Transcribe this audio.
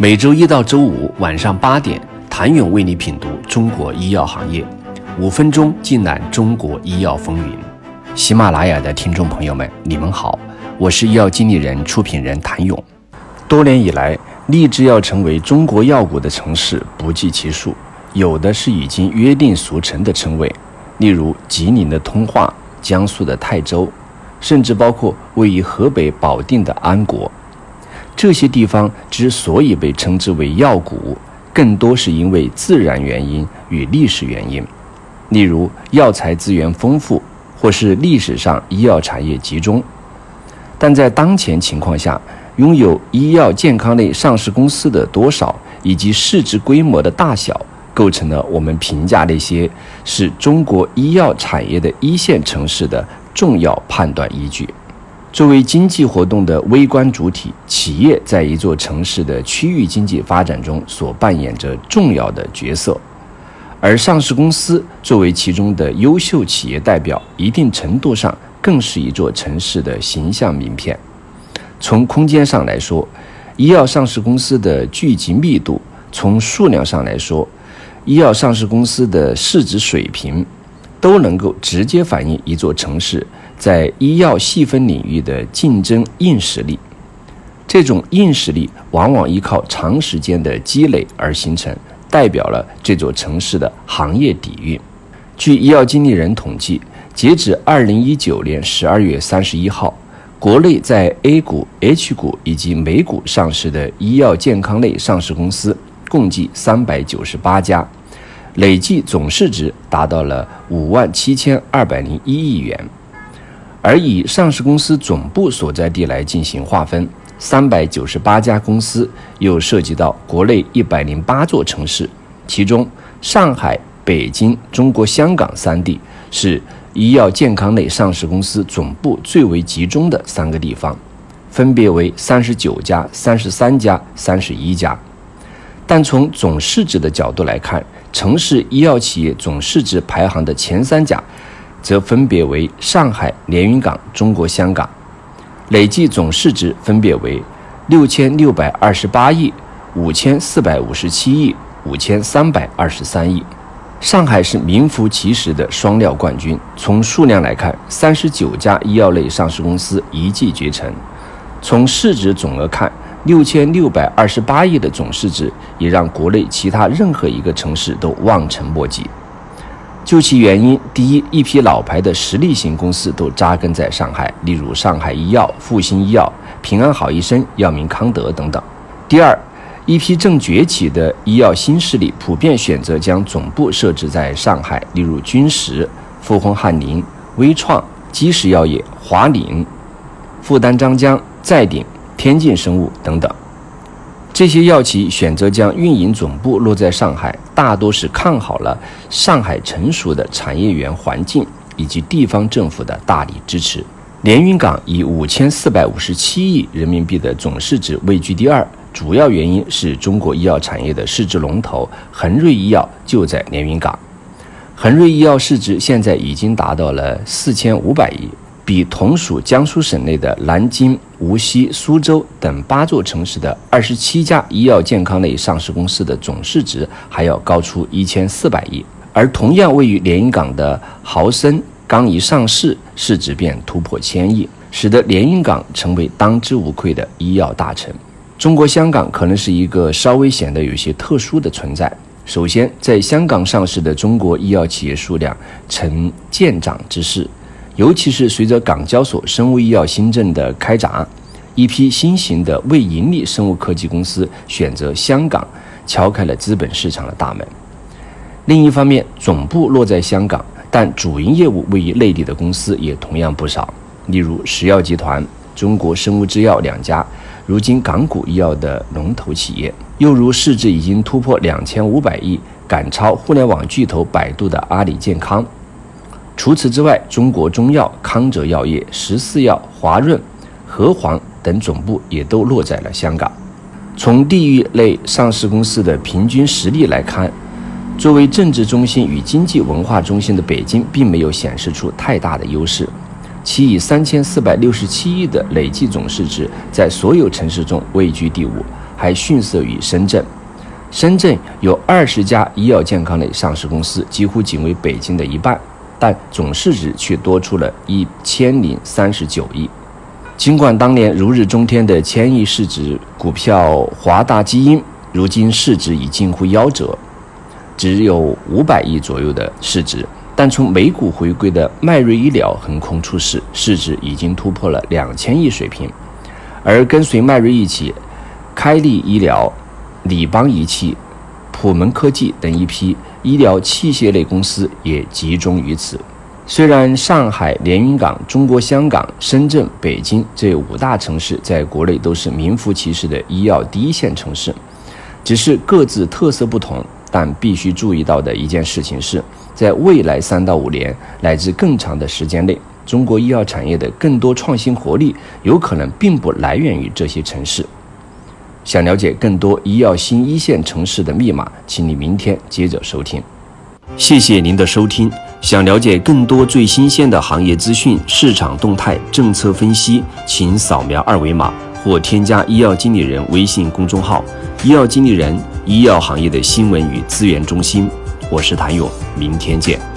每周一到周五晚上8点，谭勇为你品读中国医药行业，5分钟尽览中国医药风云。喜马拉雅的听众朋友们，你们好，我是医药经理人、出品人谭勇。多年以来，立志要成为中国药股的城市不计其数，有的是已经约定俗成的称谓，例如吉林的通化、江苏的泰州，甚至包括位于河北保定的安国。这些地方之所以被称之为药股，更多是因为自然原因与历史原因，例如药材资源丰富，或是历史上医药产业集中。但在当前情况下，拥有医药健康类上市公司的多少以及市值规模的大小，构成了我们评价那些是中国医药产业的一线城市的重要判断依据。作为经济活动的微观主体，企业在一座城市的区域经济发展中所扮演着重要的角色，而上市公司作为其中的优秀企业代表，一定程度上更是一座城市的形象名片。从空间上来说，医药上市公司的聚集密度；从数量上来说，医药上市公司的市值水平，都能够直接反映一座城市在医药细分领域的竞争硬实力。这种硬实力往往依靠长时间的积累而形成，代表了这座城市的行业底蕴。据医药经理人统计，截止2019年12月31号，国内在 A 股、H 股以及美股上市的医药健康类上市公司共计398家，累计总市值达到了57201亿元。而以上市公司总部所在地来进行划分，398家公司又涉及到国内108座城市，其中上海、北京、中国香港3地是医药健康类上市公司总部最为集中的3个地方，分别为39家、33家、31家。但从总市值的角度来看，城市医药企业总市值排行的前3甲则分别为上海、连云港、中国香港，累计总市值分别为6628亿、5457亿、5323亿。上海是名副其实的双料冠军，从数量来看，39家医药类上市公司一骑绝尘；从市值总额看，6628亿的总市值也让国内其他任何一个城市都望尘莫及。究其原因，第一，一批老牌的实力型公司都扎根在上海，例如上海医药、复星医药、平安好医生、药明康德等等。第二，一批正崛起的医药新势力普遍选择将总部设置在上海，例如君实、复宏翰林、微创、基石药业、华岭、复旦张江、再鼎、天进生物等等。这些药企选择将运营总部落在上海，大多是看好了上海成熟的产业园环境以及地方政府的大力支持。连云港以5457亿人民币的总市值位居第2，主要原因是中国医药产业的市值龙头恒瑞医药就在连云港。恒瑞医药市值现在已经达到了4500亿，比同属江苏省内的南京、无锡、苏州等8座城市的27家医药健康类上市公司的总市值还要高出1400亿。而同样位于连云港的豪森刚一上市，市值便突破1000亿，使得连云港成为当之无愧的医药大城。中国香港可能是一个稍微显得有些特殊的存在。首先，在香港上市的中国医药企业数量呈渐长之势，尤其是随着港交所生物医药新政的开闸，一批新型的未盈利生物科技公司选择香港，敲开了资本市场的大门。另一方面，总部落在香港，但主营业务位于内地的公司也同样不少，例如石药集团、中国生物制药2家，如今港股医药的龙头企业，又如市值已经突破2500亿，赶超互联网巨头百度的阿里健康。除此之外，中国中药、康哲药业、14药、华润、和黄等总部也都落在了香港。从地域类上市公司的平均实力来看，作为政治中心与经济文化中心的北京并没有显示出太大的优势，其以3467亿的累计总市值在所有城市中位居第5， 还逊色于深圳。深圳有20家医药健康类上市公司，几乎仅为北京的一半，但总市值却多出了1039亿。尽管当年如日中天的1000亿市值股票华大基因，如今市值已近乎夭折，只有500亿左右的市值，但从美股回归的迈瑞医疗横空出世，市值已经突破了2000亿水平。而跟随迈瑞一起，开利医疗、理邦仪器、普门科技等一批医疗器械类公司也集中于此。虽然上海、连云港、中国香港、深圳、北京这5大城市在国内都是名副其实的医药第一线城市，只是各自特色不同，但必须注意到的一件事情是，在未来3到5年乃至更长的时间内，中国医药产业的更多创新活力有可能并不来源于这些城市。想了解更多医药新一线城市的密码，请你明天接着收听。谢谢您的收听。想了解更多最新鲜的行业资讯、市场动态、政策分析，请扫描2维码或添加医药经理人微信公众号“医药经理人”，医药行业的新闻与资源中心。我是谭勇，明天见。